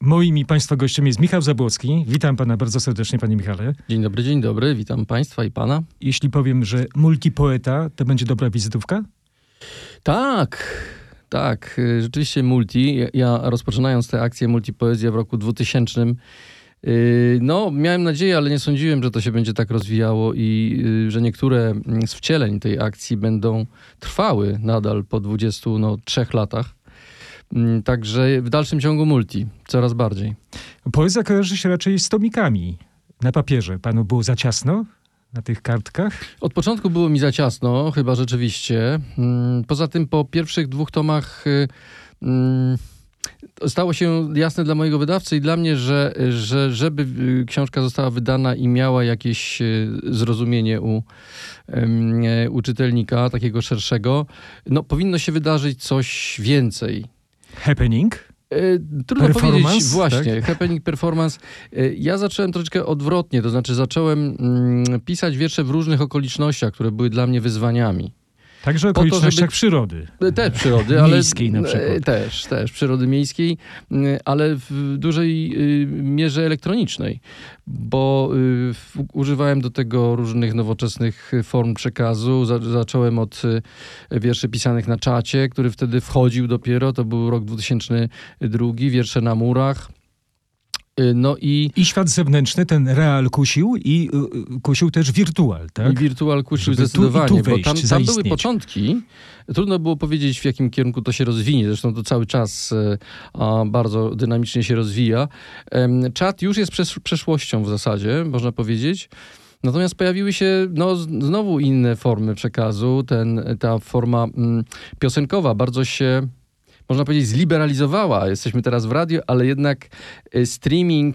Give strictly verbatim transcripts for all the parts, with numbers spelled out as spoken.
Moim i Państwa gościem jest Michał Zabłocki. Witam Pana bardzo serdecznie, Panie Michale. Dzień dobry, dzień dobry. Witam Państwa i Pana. Jeśli powiem, że multipoeta, to będzie dobra wizytówka? Tak, tak. Rzeczywiście multi. Ja rozpoczynając tę akcję Multipoezja w roku dwutysięcznym, no miałem nadzieję, ale nie sądziłem, że to się będzie tak rozwijało i że niektóre z wcieleń tej akcji będą trwały nadal po dwudziestu trzech latach. Także w dalszym ciągu multi, coraz bardziej. Poezja kojarzy się raczej z tomikami. Na papierze panu było za ciasno na tych kartkach? Od początku było mi za ciasno, chyba rzeczywiście. Poza tym po pierwszych dwóch tomach stało się jasne dla mojego wydawcy i dla mnie, że, że żeby książka została wydana i miała jakieś zrozumienie u, u czytelnika, takiego szerszego, no powinno się wydarzyć coś więcej. Happening? Trudno powiedzieć, właśnie, tak? Happening, performance. Ja zacząłem troszeczkę odwrotnie, to znaczy zacząłem mm, pisać wiersze w różnych okolicznościach, które były dla mnie wyzwaniami. Także okolicznościach żeby... przyrody. Też przyrody, ale... Miejskiej na przykład. Też, też, przyrody miejskiej, ale w dużej mierze elektronicznej, bo używałem do tego różnych nowoczesnych form przekazu. Zacząłem od wierszy pisanych na czacie, który wtedy wchodził dopiero, to był rok dwutysięczny drugi, wiersze na murach. No i... I świat zewnętrzny, ten real kusił i y, kusił też wirtual, tak? I wirtual kusił Żeby zdecydowanie, tu, tu wejść, bo tam, tam były początki. Trudno było powiedzieć, w jakim kierunku to się rozwinie. Zresztą to cały czas a, bardzo dynamicznie się rozwija. Ehm, czat już jest przesz- przeszłością w zasadzie, można powiedzieć. Natomiast pojawiły się no, znowu inne formy przekazu. Ten, ta forma mm, piosenkowa bardzo się... można powiedzieć, zliberalizowała. Jesteśmy teraz w radiu, ale jednak streaming,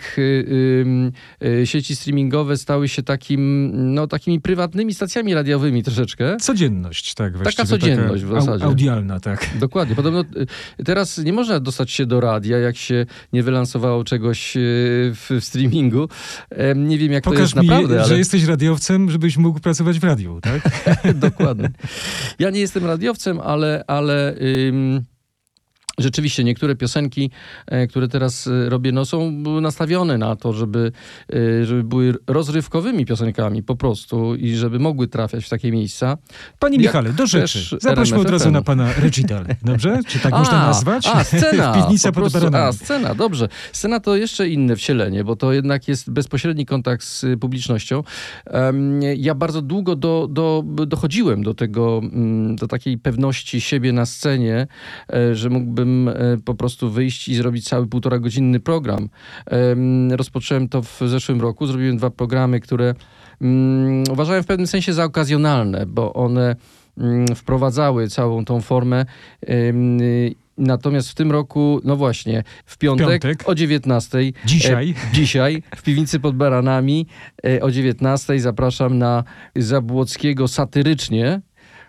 sieci streamingowe stały się takim, no, takimi prywatnymi stacjami radiowymi troszeczkę. Codzienność, tak właściwie. Taka codzienność taka w zasadzie. Audialna, tak. Dokładnie. Podobno teraz nie można dostać się do radia, jak się nie wylansowało czegoś w streamingu. Nie wiem, jak Pokaż to jest mi, naprawdę, ale... że jesteś radiowcem, żebyś mógł pracować w radiu, tak? Dokładnie. Ja nie jestem radiowcem, ale... ale ym... Rzeczywiście niektóre piosenki, które teraz robię, no, są nastawione na to, żeby, żeby były rozrywkowymi piosenkami po prostu i żeby mogły trafiać w takie miejsca. Panie Michale, do rzeczy. Zaprośmy od razu na pana recital, dobrze? Czy tak a, można nazwać? A, scena. Piwnica pod Baranami. A, scena, dobrze. Scena to jeszcze inne wcielenie, bo to jednak jest bezpośredni kontakt z publicznością. Um, ja bardzo długo do, do, dochodziłem do tego, do takiej pewności siebie na scenie, że mógłbym po prostu wyjść i zrobić cały półtora godzinny program. Rozpocząłem to w zeszłym roku. Zrobiłem dwa programy, które um, uważałem w pewnym sensie za okazjonalne, bo one um, wprowadzały całą tą formę. Um, Natomiast w tym roku, no właśnie, w piątek, piątek. o dziewiętnastej. Dzisiaj. E, dzisiaj w Piwnicy pod Baranami e, o dziewiętnastej zapraszam na Zabłockiego satyrycznie.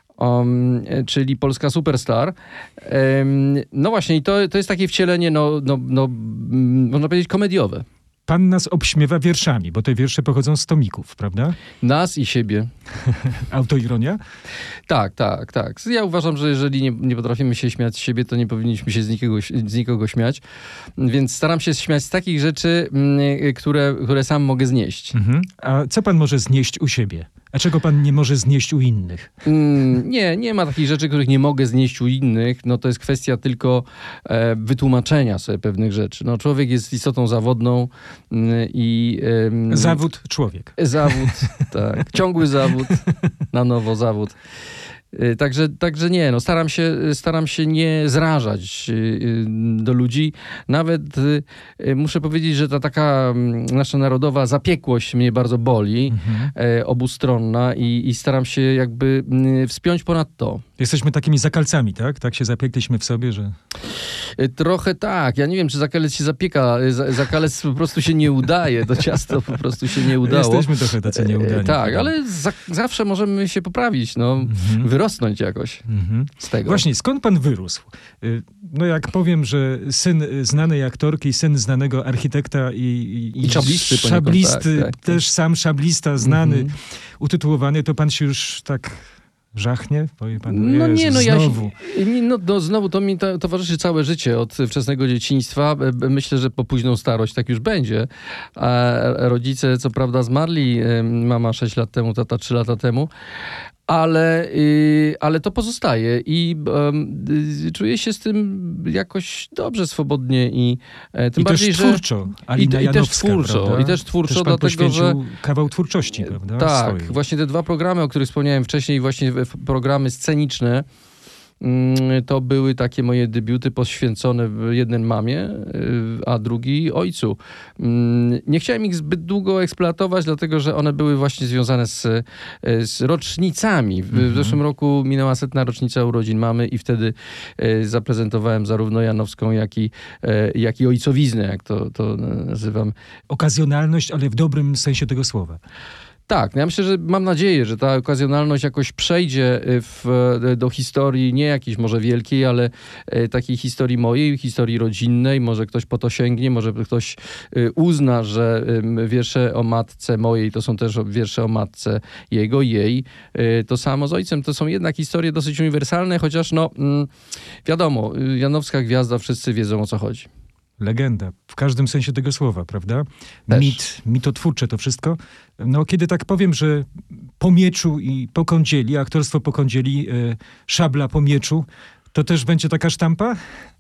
Um, czyli Polska Superstar. Um, no właśnie, i to, to jest takie wcielenie, no, no, no, można powiedzieć, komediowe. Pan nas obśmiewa wierszami, bo te wiersze pochodzą z tomików, prawda? Nas i siebie. Autoironia? Tak, tak, tak. Ja uważam, że jeżeli nie, nie potrafimy się śmiać z siebie, to nie powinniśmy się z nikogo, z nikogo śmiać. Więc staram się śmiać z takich rzeczy, które, które sam mogę znieść. Mhm. A co pan może znieść u siebie? A czego pan nie może znieść u innych? Mm, nie, nie ma takich rzeczy, których nie mogę znieść u innych. No to jest kwestia tylko e, wytłumaczenia sobie pewnych rzeczy. No człowiek jest istotą zawodną mm, i... E, zawód człowiek. Zawód, tak. Ciągły zawód, na nowo zawód. Także, także nie, no staram się, staram się nie zrażać do ludzi. Nawet muszę powiedzieć, że ta taka nasza narodowa zapiekłość mnie bardzo boli, mhm. obustronna i, i staram się jakby wspiąć ponad to. Jesteśmy takimi zakalcami, tak? Tak się zapiekliśmy w sobie, że... Trochę tak. Ja nie wiem, czy zakalec się zapieka. Zakalec po prostu się nie udaje. To ciasto po prostu się nie udało. Jesteśmy trochę tacy nieudani. Tak, ale za, zawsze możemy się poprawić. No, mhm. Wyrosnąć jakoś mhm. z tego. Właśnie, skąd pan wyrósł? No jak powiem, że syn znanej aktorki, syn znanego architekta i, i, I szablisty, szablisty tak, tak, też tak. sam szablista znany, mhm. utytułowany, to pan się już tak... Żachnie? Powie pan, No Jezu, nie, no ja znowu. się, no, no znowu to mi to, towarzyszy całe życie od wczesnego dzieciństwa. Myślę, że po późną starość tak już będzie. A rodzice co prawda zmarli, mama sześć lat temu, tata trzy lata temu. Ale, yy, ale to pozostaje i yy, czuję się z tym jakoś dobrze, swobodnie i yy, tym I bardziej, też że... twórczo. Alina I, Janowska, i też twórczo, prawda? i też twórczo, też pan dlatego że... kawał twórczości, prawda? Tak, swojej. właśnie te dwa programy, o których wspomniałem wcześniej, właśnie programy sceniczne, to były takie moje debiuty poświęcone jednej mamie, a drugi ojcu. Nie chciałem ich zbyt długo eksploatować, dlatego że one były właśnie związane z, z rocznicami. W, mhm. w zeszłym roku minęła setna rocznica urodzin mamy i wtedy zaprezentowałem zarówno Janowską, jak i, jak i ojcowiznę, jak to, to nazywam. Okazjonalność, ale w dobrym sensie tego słowa. Tak, ja myślę, że mam nadzieję, że ta okazjonalność jakoś przejdzie w, do historii, nie jakiejś może wielkiej, ale takiej historii mojej, historii rodzinnej. Może ktoś po to sięgnie, może ktoś uzna, że wiersze o matce mojej to są też wiersze o matce jego, jej. To samo z ojcem. To są jednak historie dosyć uniwersalne, chociaż no wiadomo, Janowska Gwiazda, wszyscy wiedzą, o co chodzi. Legenda, w każdym sensie tego słowa, prawda? Też. Mit, mitotwórcze to wszystko. No, kiedy tak powiem, że po mieczu i po kądzieli, aktorstwo po kądzieli, e, szabla po mieczu, to też będzie taka sztampa?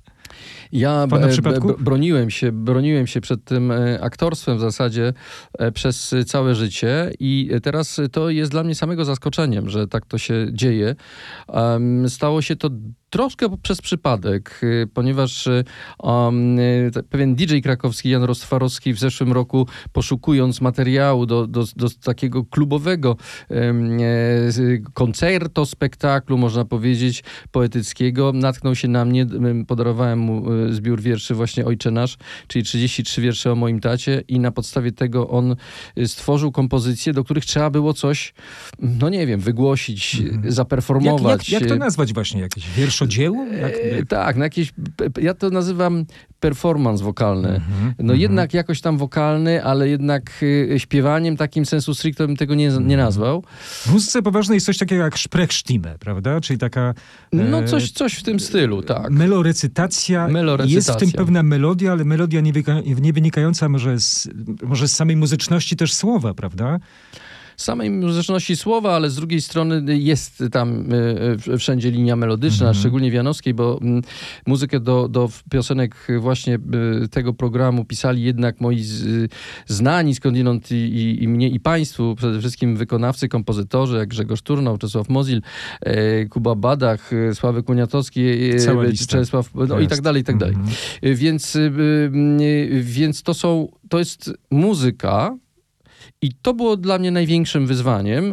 Ja w pana b- przypadku? b- broniłem się, broniłem się przed tym aktorstwem w zasadzie przez całe życie i teraz to jest dla mnie samego zaskoczeniem, że tak to się dzieje. Stało się to troszkę przez przypadek, ponieważ um, pewien D J krakowski, Jan Rostwarowski, w zeszłym roku, poszukując materiału do, do, do takiego klubowego um, koncerto, spektaklu, można powiedzieć, poetyckiego, natknął się na mnie, podarowałem mu zbiór wierszy właśnie Ojcze Nasz, czyli trzydzieści trzy wiersze o moim tacie i na podstawie tego on stworzył kompozycje, do których trzeba było coś, no nie wiem, wygłosić, mhm. zaperformować. Jak, jak, jak to nazwać właśnie? Jakieś wiersziodzieło? Jak, jak... Tak, na jakieś, ja to nazywam performance wokalny. Mhm, no mhm. jednak jakoś tam wokalny, ale jednak śpiewaniem takim sensu stricto bym tego nie, nie nazwał. W muzyce poważnej jest coś takiego jak Sprechstimme, prawda? Czyli taka... No coś, coś w tym stylu, tak. Melorecytacja. Melorecytacja. Jest w tym pewna melodia, ale melodia nie, wyka- nie wynikająca może z, może z samej muzyczności też słowa, prawda? Samej muzyczności słowa, ale z drugiej strony jest tam y, wszędzie linia melodyczna, mm-hmm. szczególnie w Janowskiej, bo y, muzykę do, do piosenek właśnie y, tego programu pisali jednak moi z, y, znani skądinąd i, i, i mnie i państwu, przede wszystkim wykonawcy, kompozytorzy, jak Grzegorz Turnał, Czesław Mozil, y, Kuba Badach, y, Sławek Uniatowski, y, Czesław, no i tak dalej, i tak dalej. Mm-hmm. Więc, y, y, więc to są, to jest muzyka, i to było dla mnie największym wyzwaniem,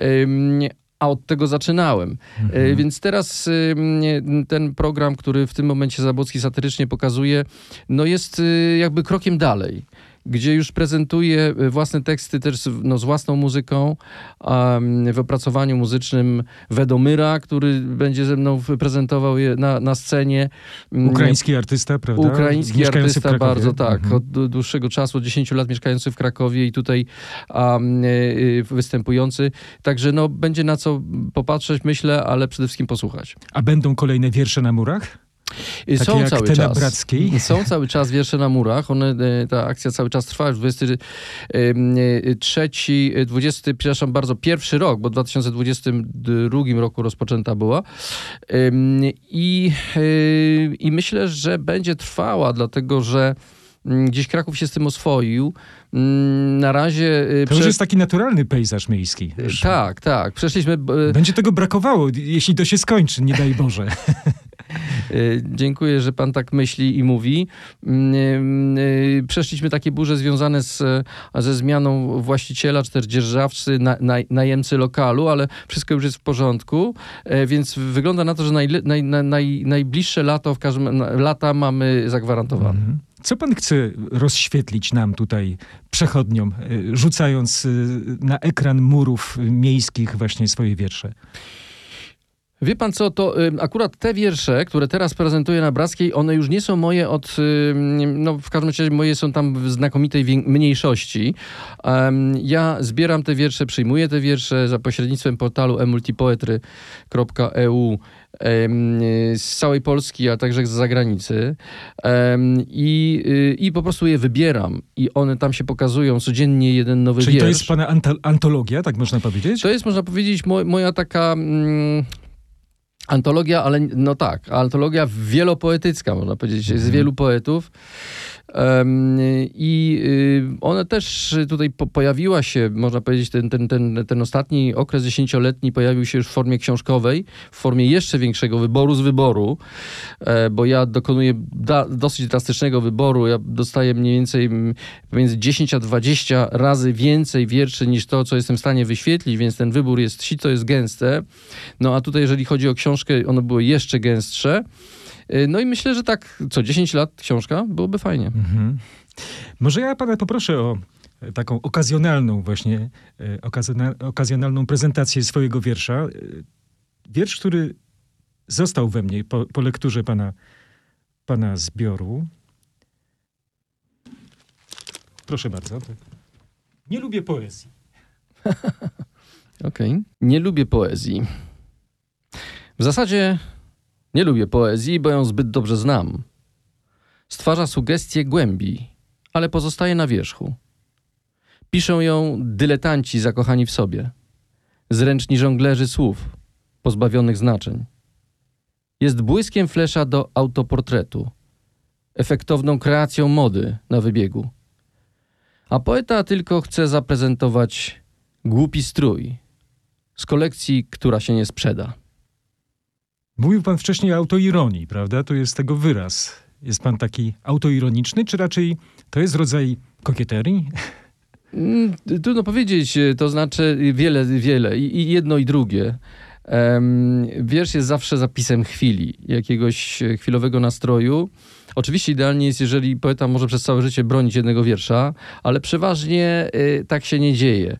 a od tego zaczynałem. Mhm. Więc teraz ten program, który w tym momencie Zabłocki satyrycznie pokazuje, no jest jakby krokiem dalej, gdzie już prezentuję własne teksty też no, z własną muzyką, um, w opracowaniu muzycznym Wedomyra, który będzie ze mną prezentował je na, na scenie. Ukraiński artysta, prawda? Ukraiński artysta, bardzo tak. Mhm. Od dłuższego czasu, od dziesięciu lat mieszkający w Krakowie i tutaj um, y, występujący. Także no, będzie na co popatrzeć, myślę, ale przede wszystkim posłuchać. A będą kolejne wiersze na murach? Takie są jak cały te czas. Na Brackiej? Są cały czas wiersze na murach. One, ta akcja cały czas trwa już dwudziesty trzeci, dwudziesty, przepraszam bardzo, pierwszy rok, bo w dwa tysiące dwudziestym drugim roku rozpoczęta była. I, i myślę, że będzie trwała, dlatego że gdzieś Kraków się z tym oswoił. Na razie... To już jest taki naturalny pejzaż miejski. Już. Tak, tak. Przeszliśmy... Będzie tego brakowało, jeśli to się skończy, nie daj Boże. Dziękuję, że pan tak myśli i mówi. Przeszliśmy takie burze związane z, ze zmianą właściciela, czy też dzierżawcy, na, na, najemcy lokalu, ale wszystko już jest w porządku, więc wygląda na to, że naj, naj, naj, najbliższe lato, w każdym lata mamy zagwarantowane. Mhm. Co pan chce rozświetlić nam tutaj, przechodniom, rzucając na ekran murów miejskich właśnie swoje wiersze? Wie pan co, to y, akurat te wiersze, które teraz prezentuję na Brackiej, one już nie są moje od, y, no w każdym razie moje są tam w znakomitej wię- mniejszości. Um, ja zbieram te wiersze, przyjmuję te wiersze za pośrednictwem portalu e multipoetry kropka e u um, z całej Polski, a także z zagranicy um, i, y, i po prostu je wybieram i one tam się pokazują, codziennie jeden nowy Czyli wiersz. to jest pana anta- antologia, tak można powiedzieć? To jest, można powiedzieć, mo- moja taka... Mm, antologia, ale no tak, antologia wielopoetycka, można powiedzieć, z Mhm. wielu poetów. Um, I y, ona też tutaj po, pojawiła się, można powiedzieć, ten, ten, ten, ten ostatni okres dziesięcioletni pojawił się już w formie książkowej, w formie jeszcze większego wyboru z wyboru, e, bo ja dokonuję da, dosyć drastycznego wyboru. Ja dostaję mniej więcej m, pomiędzy dziesięć a dwadzieścia razy więcej wierszy niż to, co jestem w stanie wyświetlić, więc ten wybór jest sito jest gęste. No a tutaj, jeżeli chodzi o książkę, ono było jeszcze gęstsze. No i myślę, że tak co dziesięć lat książka byłoby fajnie. Mhm. Może ja pana poproszę o taką okazjonalną właśnie, e, okazjona- okazjonalną prezentację swojego wiersza. E, Wiersz, który został we mnie po, po lekturze pana, pana zbioru. Proszę bardzo. Nie lubię poezji. Okej. Okay. Nie lubię poezji. W zasadzie nie lubię poezji, bo ją zbyt dobrze znam. Stwarza sugestie głębi, ale pozostaje na wierzchu. Piszą ją dyletanci zakochani w sobie. Zręczni żonglerzy słów, pozbawionych znaczeń. Jest błyskiem flesza do autoportretu. Efektowną kreacją mody na wybiegu. A poeta tylko chce zaprezentować głupi strój z kolekcji, która się nie sprzeda. Mówił pan wcześniej o autoironii, prawda? To jest tego wyraz. Jest pan taki autoironiczny, czy raczej to jest rodzaj kokieterii? Mm, Trudno powiedzieć, to znaczy wiele, wiele i i jedno i drugie. Um, wiersz jest zawsze zapisem chwili, jakiegoś chwilowego nastroju. Oczywiście idealnie jest, jeżeli poeta może przez całe życie bronić jednego wiersza, ale przeważnie y, tak się nie dzieje.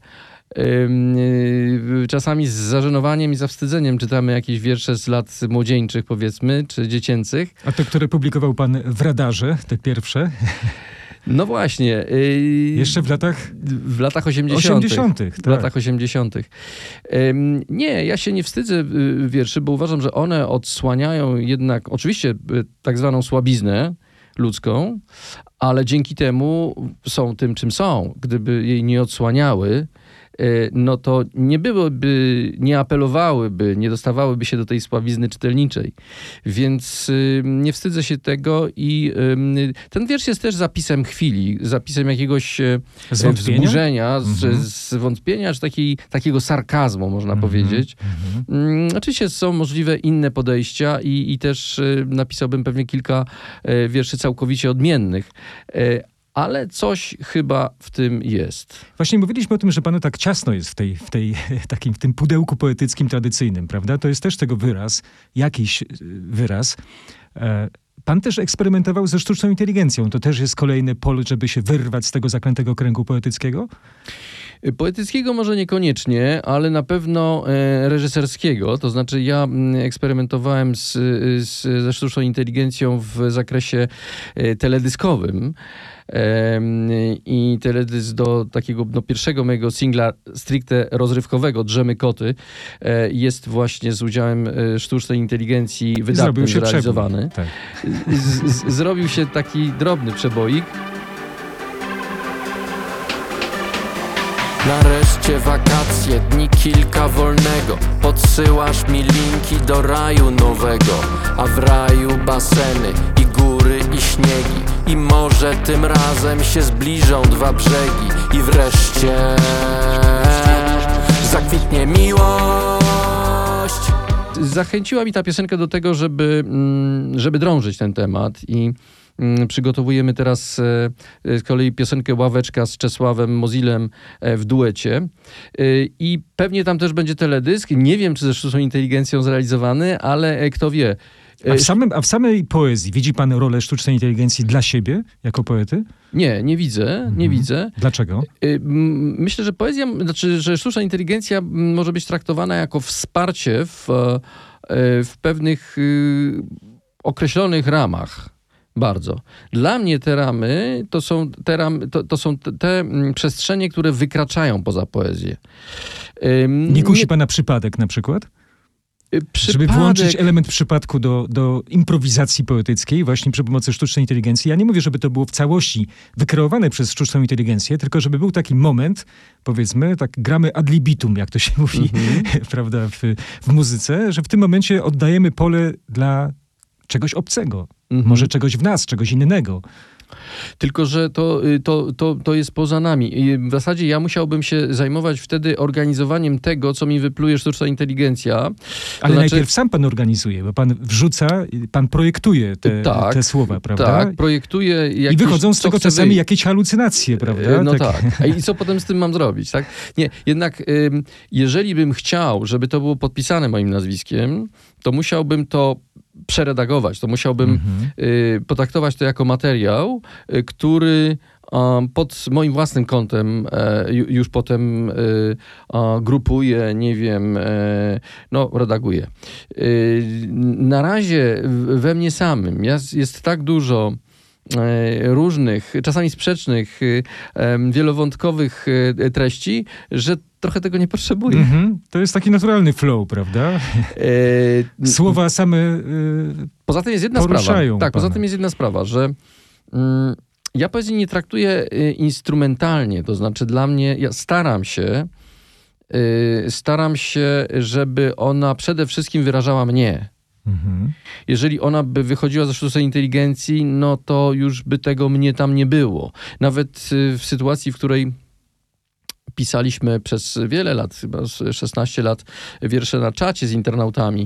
Czasami z zażenowaniem i zawstydzeniem czytamy jakieś wiersze z lat młodzieńczych, powiedzmy, czy dziecięcych. A te, które publikował pan w Radarze, te pierwsze? No właśnie. Yy, Jeszcze w latach w latach osiemdziesiątych. osiemdziesiątych, W tak. latach osiemdziesiątych. Ym, nie, ja się nie wstydzę y, wierszy, bo uważam, że one odsłaniają jednak oczywiście y, tak zwaną słabiznę ludzką, ale dzięki temu są tym, czym są. Gdyby jej nie odsłaniały, no to nie byłyby, nie apelowałyby, nie dostawałyby się do tej słabizny czytelniczej. Więc y, nie wstydzę się tego i y, ten wiersz jest też zapisem chwili, zapisem jakiegoś y, Zwątpienia? wzburzenia, z, Mhm. z wątpienia, czy takiej, takiego sarkazmu, można Mhm. powiedzieć. Mhm. Mm, Oczywiście są możliwe inne podejścia i, i też y, napisałbym pewnie kilka y, wierszy całkowicie odmiennych. Y, Ale coś chyba w tym jest. Właśnie mówiliśmy o tym, że panu tak ciasno jest w tej, w tej takim, w tym pudełku poetyckim tradycyjnym, prawda? To jest też tego wyraz, jakiś y, wyraz. E, Pan też eksperymentował ze sztuczną inteligencją. To też jest kolejny pol, żeby się wyrwać z tego zaklętego kręgu poetyckiego? Poetyckiego może niekoniecznie, ale na pewno e, reżyserskiego. To znaczy ja m, eksperymentowałem z, z, ze sztuczną inteligencją w zakresie e, teledyskowym. E, I teledysk do takiego no, pierwszego mojego singla stricte rozrywkowego, Drzemy koty, e, jest właśnie z udziałem e, sztucznej inteligencji wydatnym Zrobił się zrealizowany. przebój. Tak. Z, z, zrobił się taki drobny przeboik. Nareszcie wakacje, dni kilka wolnego. Podsyłasz mi linki do raju nowego. A w raju baseny i góry i śniegi. I może tym razem się zbliżą dwa brzegi. I wreszcie zakwitnie miłość. Zachęciła mi ta piosenka do tego, żeby, żeby drążyć ten temat i przygotowujemy teraz z kolei piosenkę Ławeczka z Czesławem Mozilem w duecie. I pewnie tam też będzie teledysk. Nie wiem, czy ze sztuczną inteligencją zrealizowany, ale kto wie. A w, samym, a w samej poezji widzi pan rolę sztucznej inteligencji dla siebie, jako poety? Nie, nie widzę, nie Mhm. widzę. Dlaczego? Myślę, że poezja, znaczy, że sztuczna inteligencja może być traktowana jako wsparcie w, w pewnych określonych ramach. Bardzo. Dla mnie te ramy to są te, ramy, to, to są te, te przestrzenie, które wykraczają poza poezję. Nie kusi pana przypadek na przykład? Przypadek... Żeby włączyć element przypadku do, do improwizacji poetyckiej właśnie przy pomocy sztucznej inteligencji. Ja nie mówię, żeby to było w całości wykreowane przez sztuczną inteligencję, tylko żeby był taki moment, powiedzmy, tak gramy ad libitum, jak to się mówi, mm-hmm. prawda, w, w muzyce, że w tym momencie oddajemy pole dla czegoś obcego. Mm-hmm. Może czegoś w nas, czegoś innego. Tylko, że to, to, to, to jest poza nami. I w zasadzie ja musiałbym się zajmować wtedy organizowaniem tego, co mi wypluje sztuczna inteligencja. To Ale znaczy... najpierw sam pan organizuje, bo pan wrzuca, pan projektuje te, tak, te słowa, prawda? Tak, projektuje jakieś... I wychodzą z tego czasami wy... jakieś halucynacje, prawda? No tak. tak. I co potem z tym mam zrobić, tak? Nie, jednak jeżeli bym chciał, żeby to było podpisane moim nazwiskiem, to musiałbym to przeredagować, to musiałbym mhm. y, potraktować to jako materiał, y, który y, pod moim własnym kątem y, już potem y, y, grupuje, nie wiem, y, no redaguję. Y, na razie we mnie samym jest, jest tak dużo różnych, czasami sprzecznych, wielowątkowych treści, że trochę tego nie potrzebuję. Mm-hmm. To jest taki naturalny flow, prawda? E... Słowa same e... Poza tym jest jedna sprawa. Tak, pana. Poza tym jest jedna sprawa, że mm, ja poezji nie traktuję instrumentalnie, to znaczy dla mnie, ja staram się, y, staram się, żeby ona przede wszystkim wyrażała mnie. Mhm. Jeżeli ona by wychodziła ze sztucznej inteligencji, no to już by tego mnie tam nie było. Nawet w sytuacji, w której pisaliśmy przez wiele lat, chyba szesnaście lat, wiersze na czacie z internautami.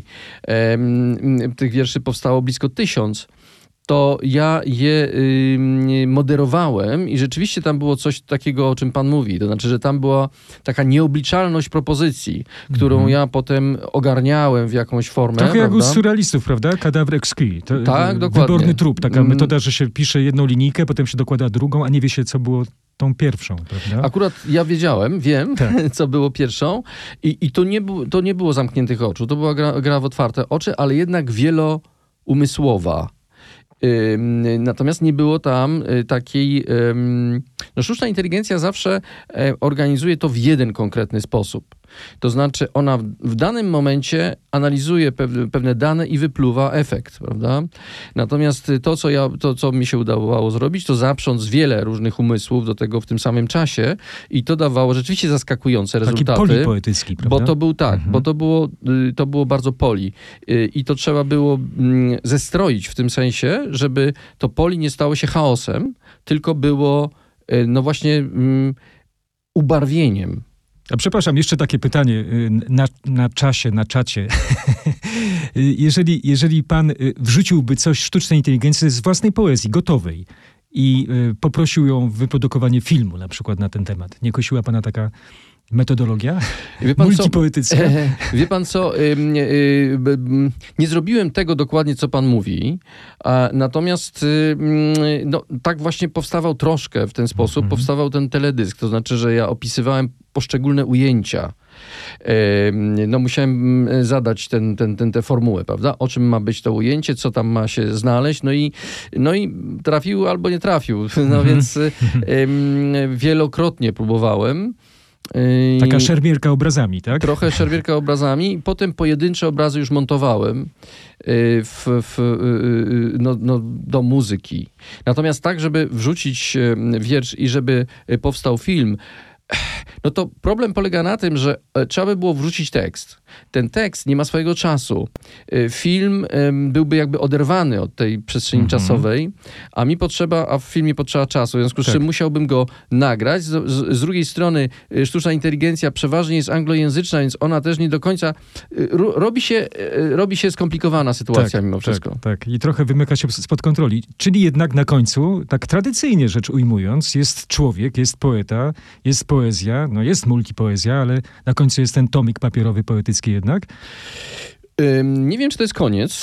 Tych wierszy powstało blisko tysiąc. To ja je y, moderowałem i rzeczywiście tam było coś takiego, o czym pan mówi. To znaczy, że tam była taka nieobliczalność propozycji, którą mm-hmm. ja potem ogarniałem w jakąś formę. Trochę prawda? jak u surrealistów, prawda? Cadavre exquis. To, tak, dokładnie. Wyborny trup. Taka metoda, że się pisze jedną linijkę, potem się dokłada drugą, a nie wie się, co było tą pierwszą, prawda? Akurat ja wiedziałem, wiem, tak. co było pierwszą i, i to, nie bu- to nie było zamkniętych oczu. To była gra, gra w otwarte oczy, ale jednak wieloumysłowa. Natomiast nie było tam takiej... No, sztuczna inteligencja zawsze organizuje to w jeden konkretny sposób. To znaczy ona w danym momencie analizuje pewne dane i wypluwa efekt, prawda? Natomiast to, co, ja, to, co mi się udało zrobić, to zaprząc wiele różnych umysłów do tego w tym samym czasie i to dawało rzeczywiście zaskakujące rezultaty. Taki polipoetycki, prawda? Bo to był tak, mhm. bo to było, to było bardzo poli. I to trzeba było zestroić w tym sensie, żeby to poli nie stało się chaosem, tylko było no właśnie ubarwieniem. A przepraszam, jeszcze takie pytanie na, na czasie, na czacie. jeżeli, jeżeli pan wrzuciłby coś sztucznej inteligencji z własnej poezji, gotowej i poprosił ją o wyprodukowanie filmu na przykład na ten temat, nie kusiła pana taka metodologia wie pan multipoetycka? Co, e, wie pan co, y, y, y, nie zrobiłem tego dokładnie, co pan mówi, a, natomiast y, no, tak właśnie powstawał troszkę w ten sposób, mm. powstawał ten teledysk, to znaczy, że ja opisywałem poszczególne ujęcia. No musiałem zadać ten, ten, ten, tę formułę, prawda? O czym ma być to ujęcie, co tam ma się znaleźć, no i, no i trafił albo nie trafił. No mm-hmm. więc wielokrotnie próbowałem. Taka szermierka obrazami, tak? Trochę szermierka obrazami. Potem pojedyncze obrazy już montowałem w, w, no, no, do muzyki. Natomiast tak, żeby wrzucić wiersz i żeby powstał film, no to problem polega na tym, że trzeba by było wrzucić tekst. Ten tekst nie ma swojego czasu. Film byłby jakby oderwany od tej przestrzeni mm-hmm. czasowej, a mi potrzeba, a w filmie potrzeba czasu. W związku z tak. czym musiałbym go nagrać. Z, z, z drugiej strony sztuczna inteligencja przeważnie jest anglojęzyczna, więc ona też nie do końca... Ro, robi, się, robi się skomplikowana sytuacja tak, mimo wszystko. Tak, tak. I trochę wymyka się spod kontroli. Czyli jednak na końcu, tak tradycyjnie rzecz ujmując, jest człowiek, jest poeta, jest poezja, no jest multipoezja, ale na końcu jest ten tomik papierowy poetycki jednak. Ym, nie wiem, czy to jest koniec.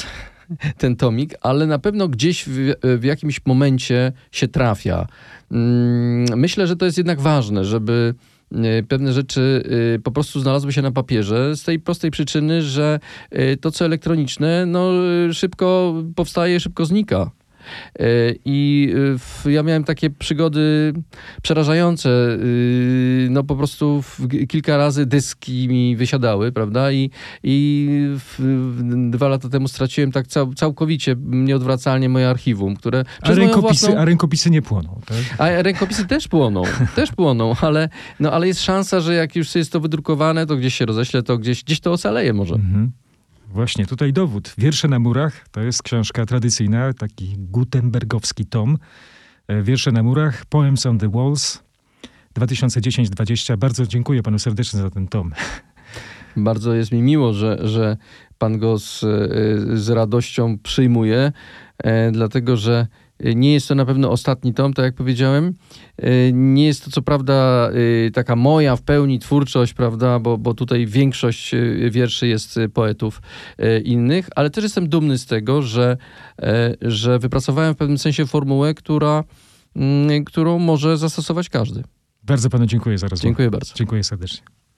ten tomik, ale na pewno gdzieś w, w jakimś momencie się trafia. Myślę, że to jest jednak ważne, żeby pewne rzeczy po prostu znalazły się na papierze z tej prostej przyczyny, że to, co elektroniczne, no szybko powstaje, szybko znika. I ja miałem takie przygody przerażające. No po prostu kilka razy dyski mi wysiadały, prawda? I, i dwa lata temu straciłem tak cał, całkowicie, nieodwracalnie moje archiwum, które... A rękopisy, własną... a rękopisy nie płoną, tak? A rękopisy też płoną, też płoną, ale, no, ale jest szansa, że jak już jest to wydrukowane, to gdzieś się roześle, to gdzieś, gdzieś to ocaleje może. Mhm. Właśnie, tutaj dowód. Wiersze na murach to jest książka tradycyjna, taki gutenbergowski tom. Wiersze na murach, Poems on the Walls, dwa tysiące dziesięć dwadzieścia. Bardzo dziękuję panu serdecznie za ten tom. Bardzo jest mi miło, że, że pan go z, z radością przyjmuje, e, dlatego że nie jest to na pewno ostatni tom, tak jak powiedziałem. Nie jest to co prawda taka moja w pełni twórczość, prawda, bo, bo tutaj większość wierszy jest poetów innych, ale też jestem dumny z tego, że, że wypracowałem w pewnym sensie formułę, która, którą może zastosować każdy. Bardzo panu dziękuję za rozmowę. Dziękuję bardzo. Dziękuję serdecznie.